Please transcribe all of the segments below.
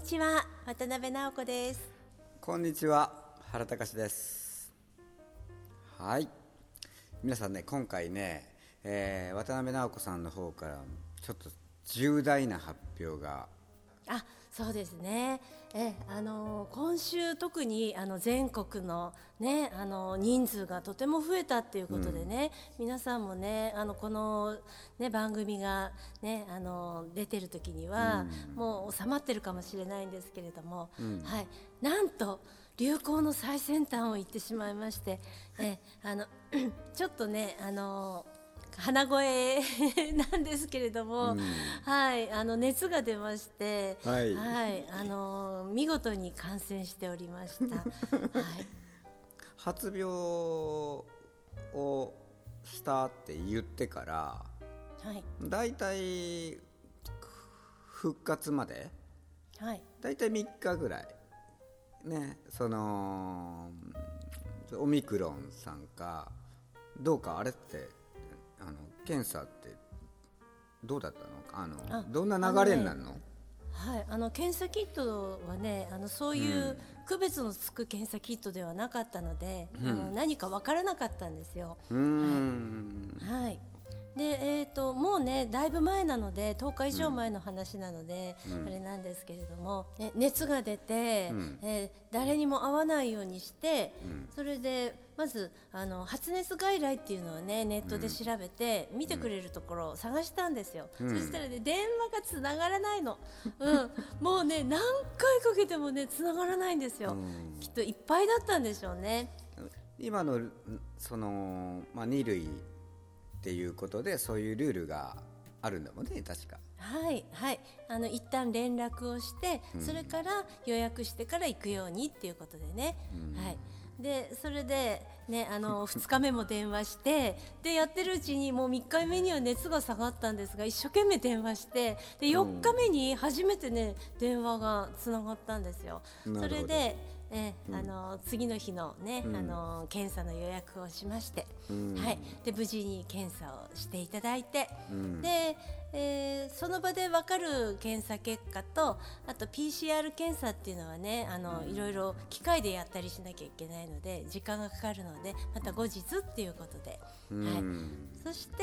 ちは、渡辺直子です。 こんにちは、原隆です。はい、皆さんね、今回ね、渡辺直子さんの方からちょっと重大な発表が。 そうですね。今週特に全国のね人数がとても増えたっていうことでね、皆さんもねこのね番組がね出てる時には、もう収まってるかもしれないんですけれども、はい、なんと流行の最先端を言ってしまいまして、ちょっとね鼻声なんですけれども、はい、熱が出まして、 はい、 はい、見事に感染しておりました。はい、 発病をしたって言ってから、 はい、 だいたい復活まではい、 だいたい3日ぐらいね、オミクロンさんかどうか、あれって検査ってどうだったの？どんな流れになるの？ はい、検査キットはねそういう区別のつく検査キットではなかったので、何か分からなかったんですよ。はい、でもうねだいぶ前なので10日以上前の話なので、あれなんですけれども、熱が出て、誰にも会わないようにして、それでまず発熱外来っていうのをねネットで調べて、見てくれるところを探したんですよ。そしたらね電話がつながらないの、もうね何回かけてもねつながらないんですよ。きっといっぱいだったんでしょうね。 今の2類っていうことでそういうルールがあるんだもんね、確か。 はいはい、一旦連絡をして、それから予約してから行くようにっていうことでね、はい、でそれで、ね、2日目も電話してでやってるうちにもう3日目には熱が下がったんですが、一生懸命電話してで4日目に初めてね電話がつながったんですよ。それで次の日のね、検査の予約をしまして、はい、で無事に検査をしていただいて、でその場で分かる検査結果と、あと PCR 検査っていうのはねいろいろ機械でやったりしなきゃいけないので時間がかかるので、また後日っていうことで、はい、そして、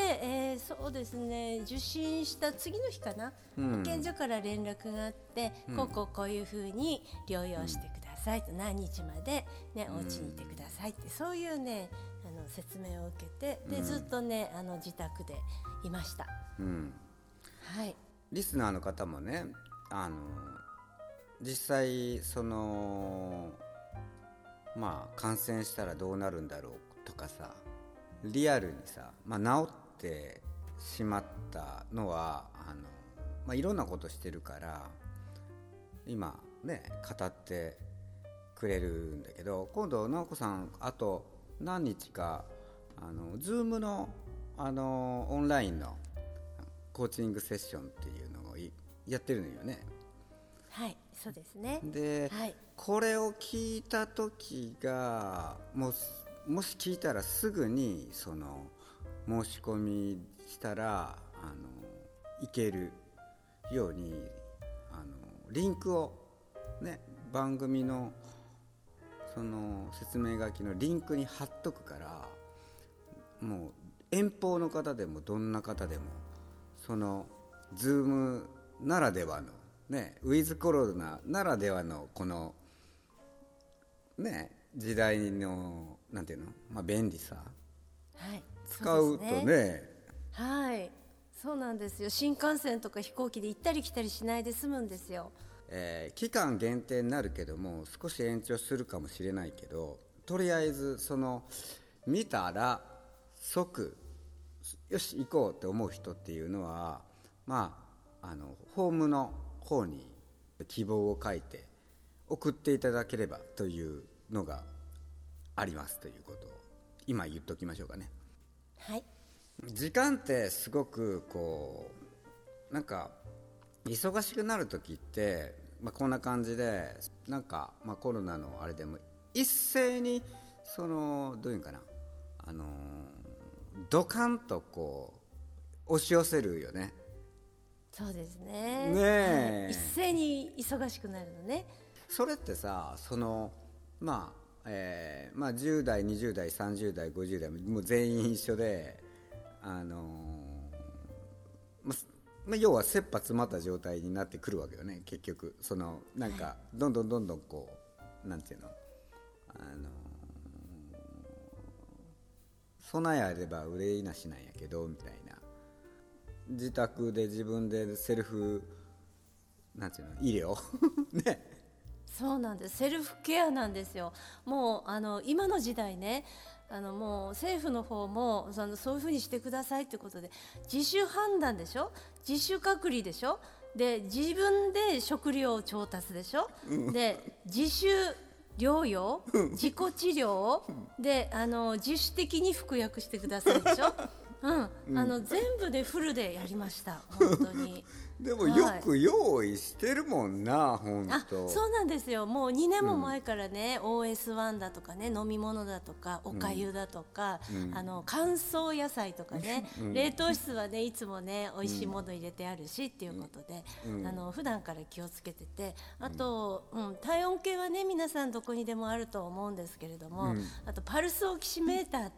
そうですね、受診した次の日かな、保健所から連絡があって、こういうふうに療養してくださいと、何日まで、ね、お家にいてくださいって、そういうね説明を受けて、でずっとね自宅でいました。はい、 リスナーの方もね、実際感染したらどうなるんだろうとかさ、リアルにさ、治ってしまったのはいろんなことしてるから今ね語ってくれるんだけど、今度直子さんあと何日かZoom のオンラインのコーチングセッションっていうのをやってるのよね。 はい、そうですね。 で、 はい、 これを聞いた時がもし聞いたらすぐに申し込みしたら行けるようにリンクをね、番組の説明書きのリンクに貼っとくから、もう遠方の方でもどんな方でもズームならではのね、ウィズコロナならではのこのね時代のなんていうの、便利さ、 はい、 使うとね、 はい、そうなんですよ。新幹線とか飛行機で行ったり来たりしないで済むんですよ。 期間限定になるけども少し延長するかもしれないけど、とりあえず見たら即よし行こうって思う人っていうのは、ホームの方に希望を書いて送っていただければというのがありますということを今言っときましょうかね。 はい、 時間ってすごくなんか忙しくなる時って、こんな感じでコロナのあれでも一斉にどういうのかな、ドカンと押し寄せるよね。 そうですね。 ねえ、 はい、一斉に忙しくなるのね。 それってさ、まあ10代20代30代50代もう全員一緒で、ま要は切羽詰まった状態になってくるわけよね。結局そのなんかどんどんこうなんていうの、備えあれば憂いなしなんやけどみたいな、自宅で自分でセルフなんていうの医療ね。 そうなんです。セルフケアなんですよ。もう今の時代ね、もう政府の方もそういうふうにしてくださいってことで、自主判断でしょ、自主隔離でしょ、で自分で食料を調達でしょ、で自主療養、自己治療で自主的に服薬してくださいでしょ。全部でフルでやりました本当に。 でもよく用意してるもんな、本当。 そうなんですよ。もう2年も前からね、OS1 だとかね、飲み物だとかおかゆだとか、乾燥野菜とかね、冷凍室はねいつもね美味しいもの入れてあるしっていうことで、普段から気をつけてて、あと、体温計はね皆さんどこにでもあると思うんですけれども、あとパルスオキシメーターって、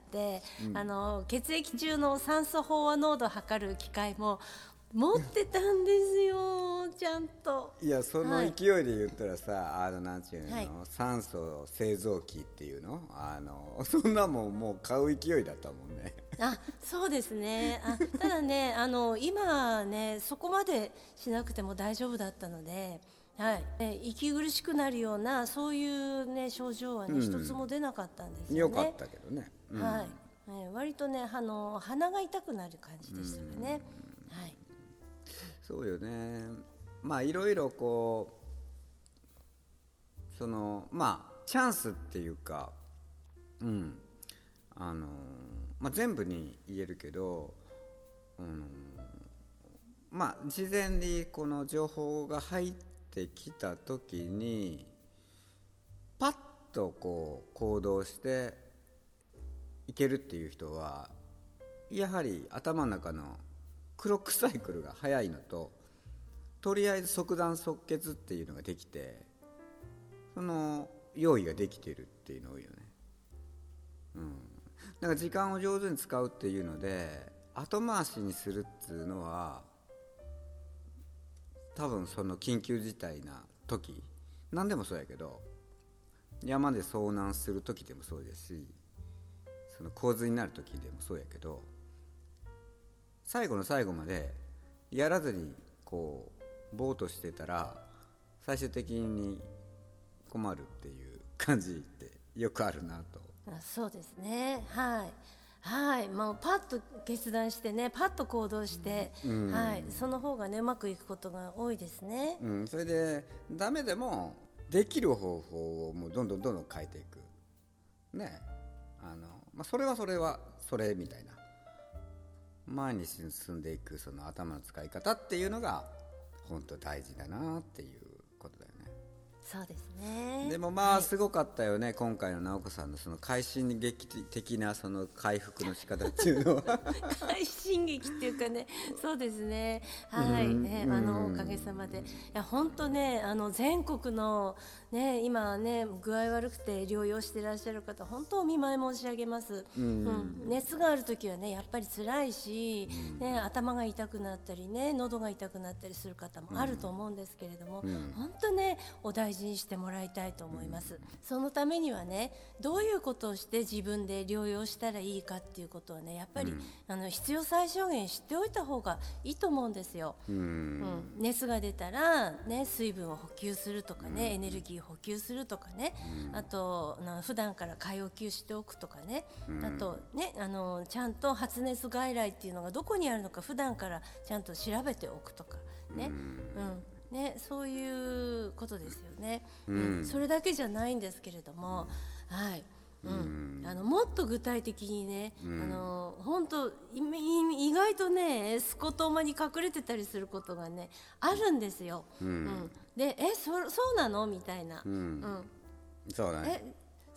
血液中の酸素飽和濃度を測る機械も持ってたんですよ、ちゃんと。 いや、その勢いで言ったらさ、なんていうの、酸素製造機っていうの、そんなもんもう買う勢いだったもんね。 そうですね。ただね、今ねそこまでしなくても大丈夫だったので、息苦しくなるようなそういうね症状はね、一つも出なかったんですよね。 よかったけどね。 割とね鼻が痛くなる感じでしたかね。 そうよね。まあいろいろこうチャンスっていうか、全部に言えるけど、事前にこの情報が入ってきた時にパッとこう行動していけるっていう人は、やはり頭の中のクロックサイクルが早いのと、とりあえず即断即決っていうのができて、その用意ができてるっていうの多いよね。だから時間を上手に使うっていうので後回しにするっていうのは、多分その緊急事態な時、何でもそうやけど、山で遭難する時でもそうですし、その洪水になる時でもそうやけど、最後の最後までやらずにこうぼーっとしてたら最終的に困るっていう感じってよくあるなと。 そうですね。もうパッと決断してね、パッと行動して、その方がねうまくいくことが多いですね。 それでダメでもできる方法をもうどんどん変えていくね。それはそれみたいな、前に進んでいくその頭の使い方っていうのが本当大事だなっていうことだよね。 そうですね。 でもすごかったよね、今回の直子さんのその快進撃的なその回復の仕方っていうのは快進撃っていうかね、そうですね。おかげさまで、いや本当ね、全国のね今ね具合悪くて療養していらっしゃる方、本当お見舞い申し上げます。熱がある時はねやっぱり辛いし、頭が痛くなったりね喉が痛くなったりする方もあると思うんですけれども、本当ねお大事にしてもらいたいと思います。そのためにはね、どういうことをして自分で療養したらいいかっていうことはね、やっぱり、必要最小限知っておいた方がいいと思うんですよ。熱が出たら、水分を補給するとかね、エネルギーを補給するとかね、あと普段から買い置きしておくとかね、あとねちゃんと発熱外来っていうのがどこにあるのか普段からちゃんと調べておくとかね、そういうことですよね。それだけじゃないんですけれども、もっと具体的にね、本当意外とねスコトーマに隠れてたりすることがねあるんですよ。でそうなのみたいな。 そうだね。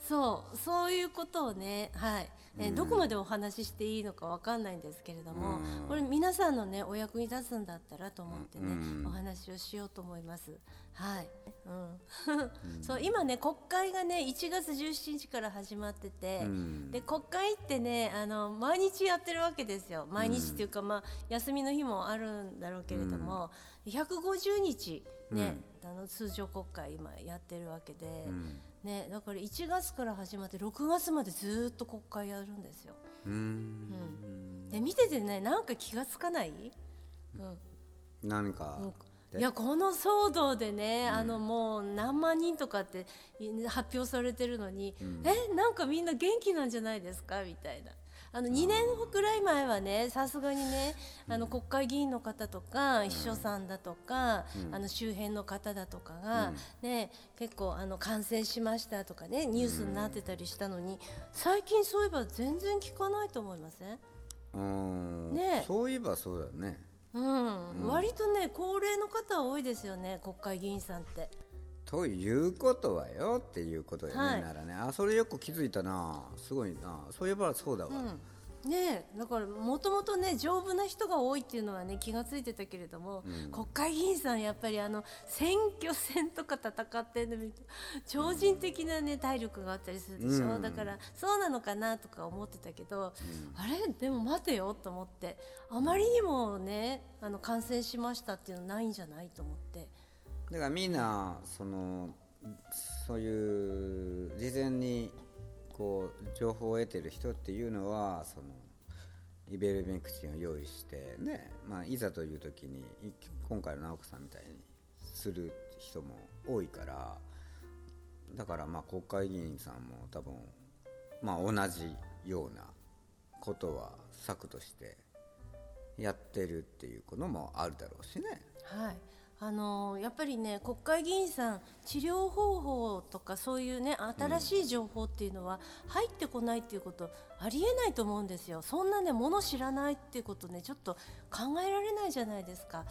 そういうことをね、はい、どこまでお話ししていいのかわかんないんですけれども、これ皆さんのねお役に立つんだったらと思ってね、お話をしようと思います。はい、そう今ね国会がね1月17日から始まってて、で国会ってね毎日やってるわけですよ。毎日っていうか、まあ休みの日もあるんだろうけれども、150日ね、通常国会今やってるわけで、ね、だから1月から始まって6月までずっと国会やるんですよ。で見ててねなんか気がつかない？ 何か、 いやこの騒動でね、もう何万人とかって発表されてるのに、なんかみんな元気なんじゃないですかみたいな。2年ぐらい前はねさすがにね国会議員の方とか秘書さんだとか、周辺の方だとかが、ね、結構感染しましたとかねニュースになってたりしたのに、最近そういえば全然聞かないと思いません？ね、 そういえばそうだね。 割とね高齢の方多いですよね国会議員さんって。 ということはよっていうことよね、ならね。それよく気づいたな。すごいな。そういえばそうだわ。 ねだからもともとね丈夫な人が多いっていうのはね気がついてたけれども、国会議員さんやっぱり選挙戦とか戦ってるの見ると超人的なね体力があったりするでしょ、だからそうなのかなとか思ってたけど、あれでも待てよと思って、あまりにもね感染しましたっていうのないんじゃないと思って。 だからみんなそういう事前にこう情報を得てる人っていうのはイベルメクチンを用意してね、いざという時に今回の直子さんみたいにする人も多いから、だから国会議員さんも多分同じようなことは策としてやってるっていうこともあるだろうしね。 はい、やっぱりね国会議員さん治療方法とかそういうね新しい情報っていうのは入ってこないっていうことありえないと思うんですよ。そんなねもの知らないっていうことねちょっと考えられないじゃないですか。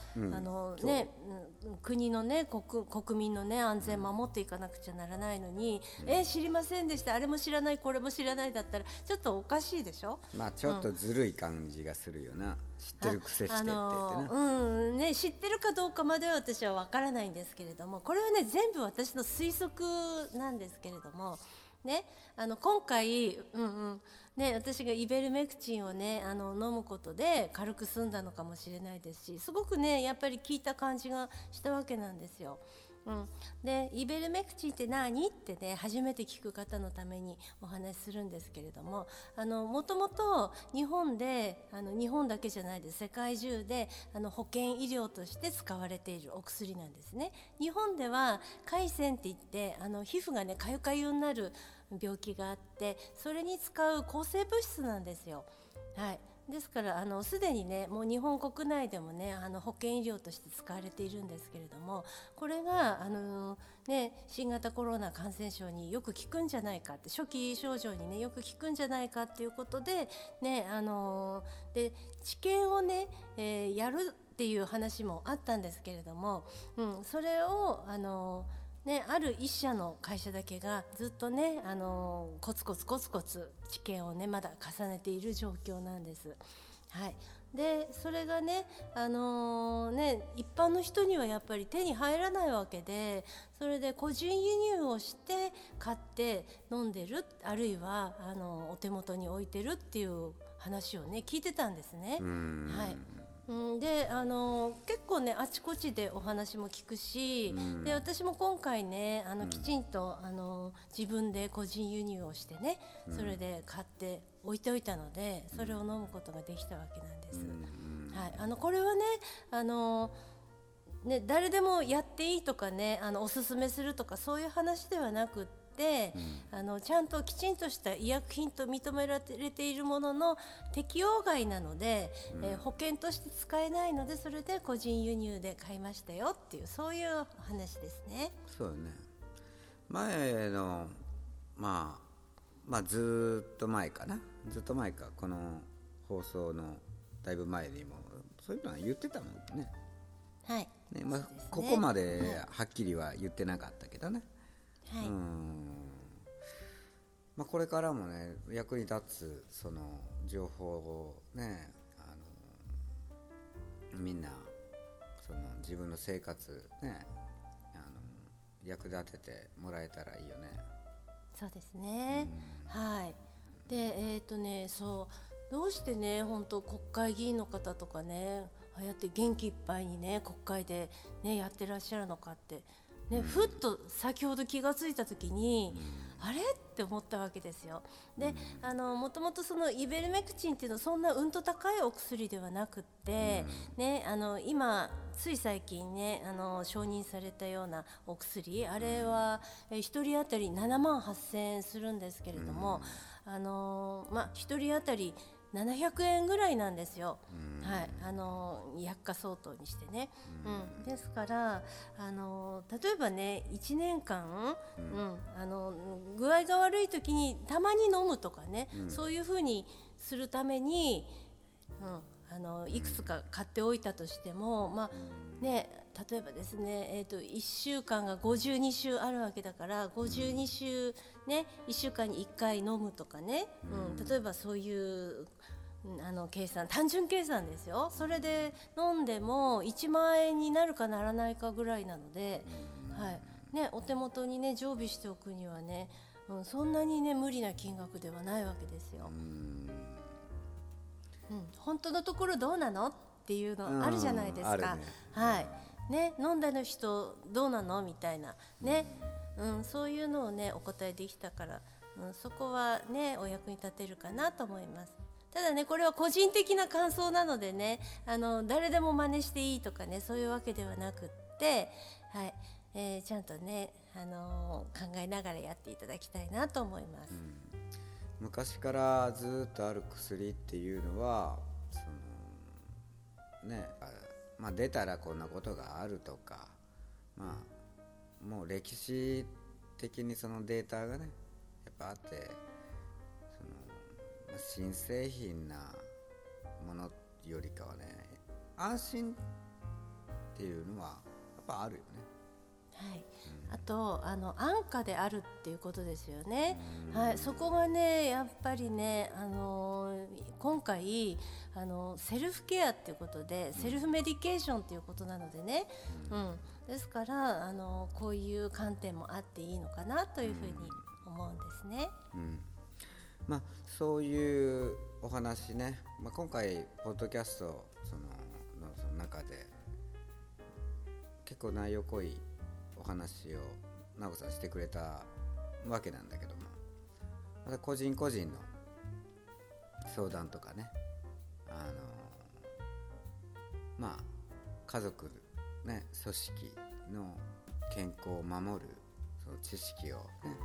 国のね国民のね安全守っていかなくちゃならないのに、知りませんでした、あれも知らないこれも知らないだったらちょっとおかしいでしょ。 ちょっとずるい感じがするよな、知ってるくせしてって言ってな、知ってるかどうかまでは私は分からないんですけれども、これはね全部私の推測なんですけれどもね、今回、ね、私がイベルメクチンをね飲むことで軽く済んだのかもしれないですし、すごくねやっぱり効いた感じがしたわけなんですよ。でイベルメクチンって何ってね初めて聞く方のためにお話しするんですけれども、もともと日本で日本だけじゃないです、世界中で保健医療として使われているお薬なんですね。日本では海鮮って言って皮膚がねかゆかゆになる病気があって、それに使う抗生物質なんですよ。はい、ですからすでにねもう日本国内でもね保健医療として使われているんですけれども、これが新型コロナ感染症によく効くんじゃないかって、初期症状にねよく効くんじゃないかっていうことでねで治験をね、やるっていう話もあったんですけれども、それをある一社の会社だけがずっとねコツコツ治験をねまだ重ねている状況なんです。はい、でそれがね一般の人にはやっぱり手に入らないわけで、それで個人輸入をして買って飲んでる、あるいはお手元に置いてるっていう話をね聞いてたんですね。はい、で結構ねあちこちでお話も聞くし、で私も今回ねきちんと自分で個人輸入をしてね、それで買って置いておいたので、それを飲むことができたわけなんです。はい、これはね誰でもやっていいとかねおすすめするとかそういう話ではなくって、ちゃんときちんとした医薬品と認められているものの適用外なので、保険として使えないので、それで個人輸入で買いましたよっていう、そういう話ですね。 そうね、前のずっと前か、この放送のだいぶ前にもそういうのは言ってたもんね。 はい、 ね、ここまではっきりは言ってなかったけどね。 はい、 これからもね役に立つその情報をねみんなその自分の生活ね役立ててもらえたらいいよね。 そうですね、はい。でどうしてね本当国会議員の方とかねああやって元気いっぱいにね国会でねやってらっしゃるのかってね、ふっと先ほど気がついた時に、あれって思ったわけですよ。で、もともとそのイベルメクチンっていうのはそんなうんと高いお薬ではなくって、ね、今つい最近ね承認されたようなお薬あれは1人当たり7万8000円するんですけれども、1人当たり700円ぐらいなんですよ、はい、薬価相当にしてね、ですから例えばね1年間、具合が悪い時にたまに飲むとかね、そういう風にするために、いくつか買っておいたとしても、ね、例えばですね、1週間が52週あるわけだから52週、ね、1週間に1回飲むとかね、例えばそういう計算、単純計算ですよ。それで飲んでも1万円になるかならないかぐらいなので、はいね、お手元にね常備しておくにはね、そんなにね無理な金額ではないわけですよ。本当のところどうなのっていうのあるじゃないですか、はいね、飲んだの人どうなのみたいなね、そういうのをねお答えできたから、そこはねお役に立てるかなと思います。ただねこれは個人的な感想なのでね誰でも真似していいとかねそういうわけではなくって、はいちゃんとね、考えながらやっていただきたいなと思います。 昔からずっとある薬っていうのはそのね出たらこんなことがあるとか、もう歴史的にそのデータがねやっぱあって、新製品なものよりかはね安心っていうのはやっぱあるよね。はい、 あと安価であるっていうことですよね、はい、そこがねやっぱりね、今回セルフケアっていうことで、セルフメディケーションっていうことなのでね、ですからこういう観点もあっていいのかなというふうに思うんですね。 そういうお話ね、今回ポッドキャストの中で結構内容濃いお話を直子さんしてくれたわけなんだけども、また個人個人の相談とかね、家族ね組織の健康を守るその知識をね、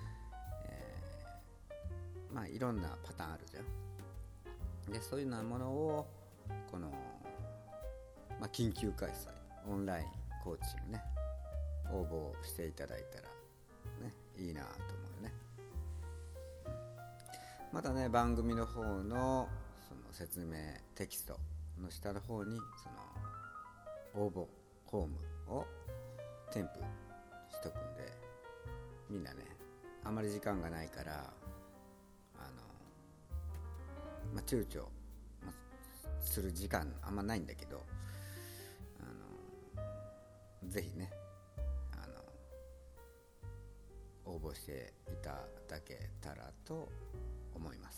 いろんなパターンあるじゃん。でそういうようなものをこの、緊急開催オンラインコーチングね応募していただいたらねいいなと思うよね。またね番組の方のその説明テキストの下の方にその応募フォームを添付しとくんで、みんなねあまり時間がないから躊躇する時間あんまないんだけど、ぜひね応募していただけたらと思います。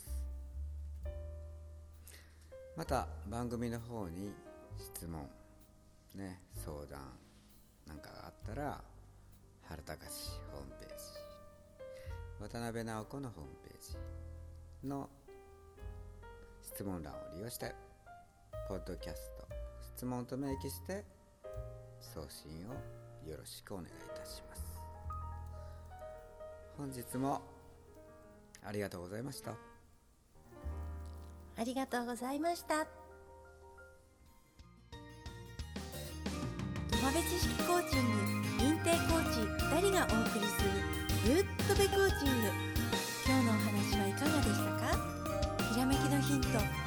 また番組の方に質問ね相談なんかがあったら原隆ホームページ、渡辺直子のホームページの質問欄を利用してポッドキャスト質問と明記して送信をよろしくお願いいたします。本日もありがとうございました。 ありがとうございました。土鍋知識コーチング認定コーチ2人がお送りするグッドベコーチング、今日のお話はいかがでしたか？ひらめきのヒント